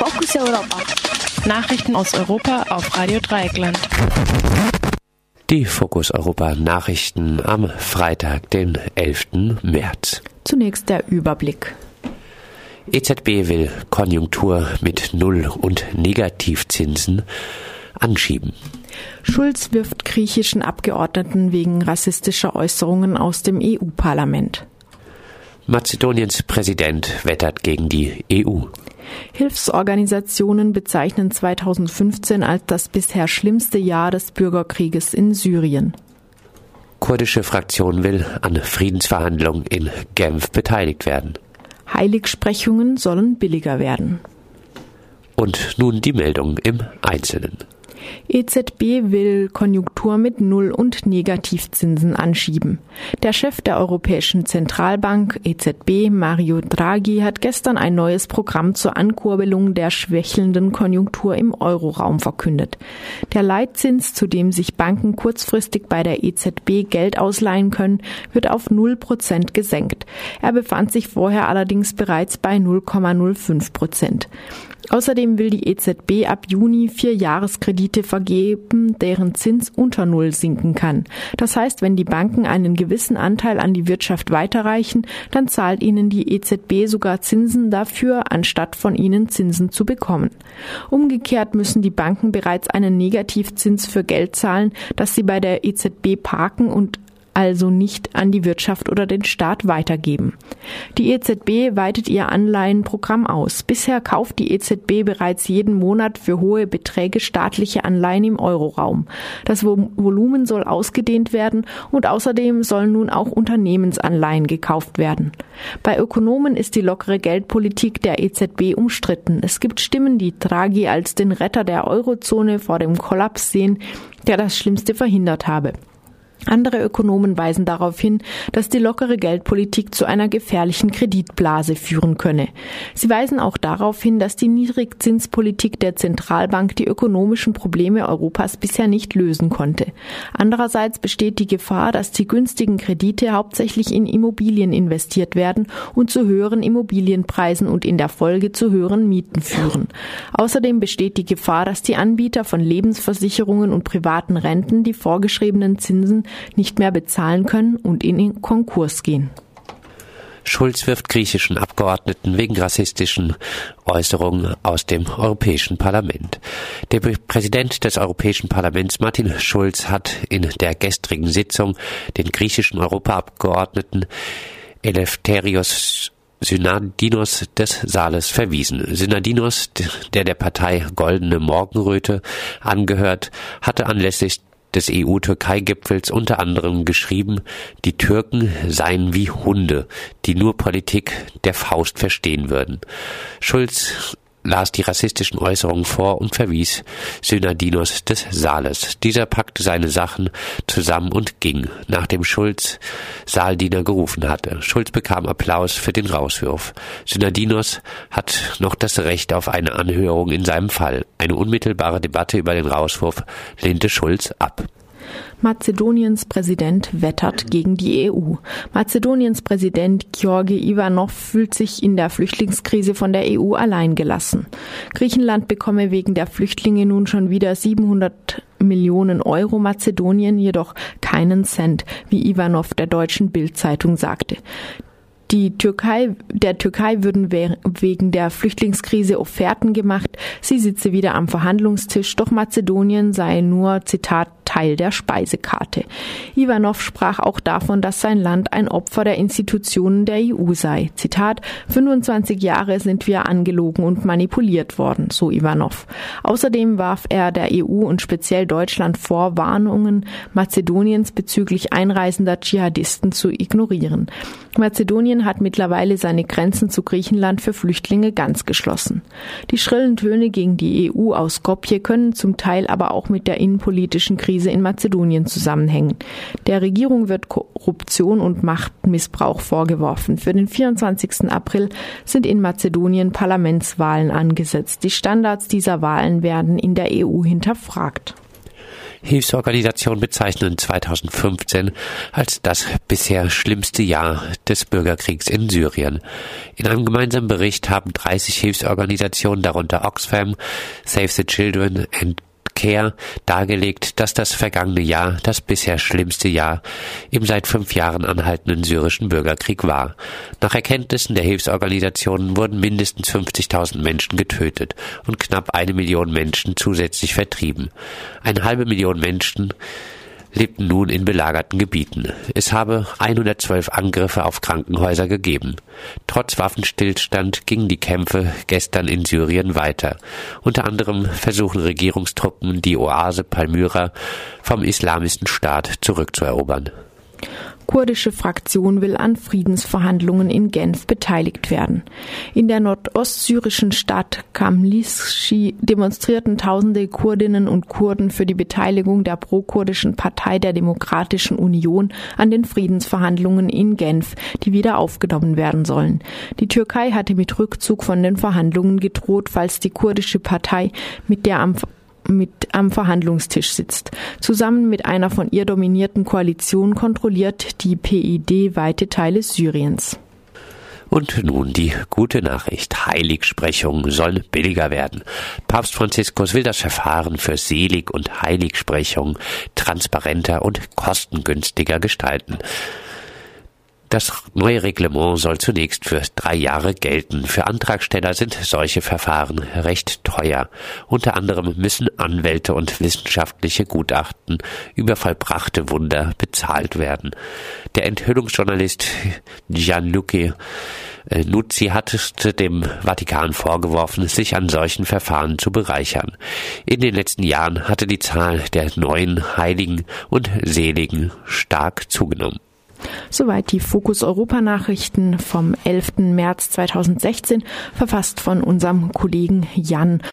Fokus Europa. Nachrichten aus Europa auf Radio Dreieckland. Die Fokus Europa Nachrichten am Freitag, den 11. März. Zunächst der Überblick. EZB will Konjunktur mit Null- und Negativzinsen anschieben. Schulz wirft griechischen Abgeordneten wegen rassistischer Äußerungen aus dem EU-Parlament. Mazedoniens Präsident wettert gegen die EU. Hilfsorganisationen bezeichnen 2015 als das bisher schlimmste Jahr des Bürgerkrieges in Syrien. Kurdische Fraktion will an Friedensverhandlungen in Genf beteiligt werden. Heiligsprechungen sollen billiger werden. Und nun die Meldung im Einzelnen. EZB will Konjunktur mit Null- und Negativzinsen anschieben. Der Chef der Europäischen Zentralbank, EZB, Mario Draghi, hat gestern ein neues Programm zur Ankurbelung der schwächelnden Konjunktur im Euroraum verkündet. Der Leitzins, zu dem sich Banken kurzfristig bei der EZB Geld ausleihen können, wird auf 0% gesenkt. Er befand sich vorher allerdings bereits bei 0,05%. Außerdem will die EZB ab Juni 4 Jahreskredite vergeben, deren Zins unter Null sinken kann. Das heißt, wenn die Banken einen gewissen Anteil an die Wirtschaft weiterreichen, dann zahlt ihnen die EZB sogar Zinsen dafür, anstatt von ihnen Zinsen zu bekommen. Umgekehrt müssen die Banken bereits einen Negativzins für Geld zahlen, das sie bei der EZB parken und also nicht an die Wirtschaft oder den Staat weitergeben. Die EZB weitet ihr Anleihenprogramm aus. Bisher kauft die EZB bereits jeden Monat für hohe Beträge staatliche Anleihen im Euroraum. Das Volumen soll ausgedehnt werden und außerdem sollen nun auch Unternehmensanleihen gekauft werden. Bei Ökonomen ist die lockere Geldpolitik der EZB umstritten. Es gibt Stimmen, die Draghi als den Retter der Eurozone vor dem Kollaps sehen, der das Schlimmste verhindert habe. Andere Ökonomen weisen darauf hin, dass die lockere Geldpolitik zu einer gefährlichen Kreditblase führen könne. Sie weisen auch darauf hin, dass die Niedrigzinspolitik der Zentralbank die ökonomischen Probleme Europas bisher nicht lösen konnte. Andererseits besteht die Gefahr, dass die günstigen Kredite hauptsächlich in Immobilien investiert werden und zu höheren Immobilienpreisen und in der Folge zu höheren Mieten führen. Außerdem besteht die Gefahr, dass die Anbieter von Lebensversicherungen und privaten Renten die vorgeschriebenen Zinsen nicht mehr bezahlen können und in den Konkurs gehen. Schulz wirft griechischen Abgeordneten wegen rassistischen Äußerungen aus dem Europäischen Parlament. Der Präsident des Europäischen Parlaments, Martin Schulz, hat in der gestrigen Sitzung den griechischen Europaabgeordneten Eleftherios Synadinos des Saales verwiesen. Synadinos, der Partei Goldene Morgenröte angehört, hatte anlässlich des EU-Türkei-Gipfels unter anderem geschrieben, die Türken seien wie Hunde, die nur Politik der Faust verstehen würden. Schulz las die rassistischen Äußerungen vor und verwies Synadinos des Saales. Dieser packte seine Sachen zusammen und ging, nachdem Schulz Saaldiener gerufen hatte. Schulz bekam Applaus für den Rauswurf. Synadinos hat noch das Recht auf eine Anhörung in seinem Fall. Eine unmittelbare Debatte über den Rauswurf lehnte Schulz ab. Mazedoniens Präsident wettert gegen die EU. Mazedoniens Präsident Georgi Ivanov fühlt sich in der Flüchtlingskrise von der EU allein gelassen. Griechenland bekomme wegen der Flüchtlinge nun schon wieder 700 Millionen Euro, Mazedonien jedoch keinen Cent, wie Ivanov der deutschen Bild-Zeitung sagte. Der Türkei würden wegen der Flüchtlingskrise Offerten gemacht, sie sitze wieder am Verhandlungstisch, doch Mazedonien sei nur, Zitat, Teil der Speisekarte. Ivanov sprach auch davon, dass sein Land ein Opfer der Institutionen der EU sei. Zitat, 25 Jahre sind wir angelogen und manipuliert worden, so Ivanov. Außerdem warf er der EU und speziell Deutschland vor, Warnungen Mazedoniens bezüglich einreisender Dschihadisten zu ignorieren. Mazedonien hat mittlerweile seine Grenzen zu Griechenland für Flüchtlinge ganz geschlossen. Die schrillen Töne gegen die EU aus Skopje können zum Teil aber auch mit der innenpolitischen Krise in Mazedonien zusammenhängen. Der Regierung wird Korruption und Machtmissbrauch vorgeworfen. Für den 24. April sind in Mazedonien Parlamentswahlen angesetzt. Die Standards dieser Wahlen werden in der EU hinterfragt. Hilfsorganisationen bezeichnen 2015 als das bisher schlimmste Jahr des Bürgerkriegs in Syrien. In einem gemeinsamen Bericht haben 30 Hilfsorganisationen, darunter Oxfam, Save the Children and Care, dargelegt, dass das vergangene Jahr das bisher schlimmste Jahr im seit 5 Jahren anhaltenden syrischen Bürgerkrieg war. Nach Erkenntnissen der Hilfsorganisationen wurden mindestens 50.000 Menschen getötet und knapp 1 Million Menschen zusätzlich vertrieben. 1,5 Million Menschen lebten nun in belagerten Gebieten. Es habe 112 Angriffe auf Krankenhäuser gegeben. Trotz Waffenstillstand gingen die Kämpfe gestern in Syrien weiter. Unter anderem versuchen Regierungstruppen, die Oase Palmyra vom Islamischen Staat zurückzuerobern. Kurdische Fraktion will an Friedensverhandlungen in Genf beteiligt werden. In der nordostsyrischen Stadt Kamlishchi demonstrierten tausende Kurdinnen und Kurden für die Beteiligung der pro-kurdischen Partei der Demokratischen Union an den Friedensverhandlungen in Genf, die wieder aufgenommen werden sollen. Die Türkei hatte mit Rückzug von den Verhandlungen gedroht, falls die kurdische Partei mit am Verhandlungstisch sitzt. Zusammen mit einer von ihr dominierten Koalition kontrolliert die PID weite Teile Syriens. Und nun die gute Nachricht. Heiligsprechungen sollen billiger werden. Papst Franziskus will das Verfahren für Selig- und Heiligsprechungen transparenter und kostengünstiger gestalten. Das neue Reglement soll zunächst für 3 Jahre gelten. Für Antragsteller sind solche Verfahren recht teuer. Unter anderem müssen Anwälte und wissenschaftliche Gutachten über vollbrachte Wunder bezahlt werden. Der Enthüllungsjournalist Gianluca Nuzzi hatte dem Vatikan vorgeworfen, sich an solchen Verfahren zu bereichern. In den letzten Jahren hatte die Zahl der neuen Heiligen und Seligen stark zugenommen. Soweit die Fokus Europa Nachrichten vom 11. März 2016, verfasst von unserem Kollegen Jan.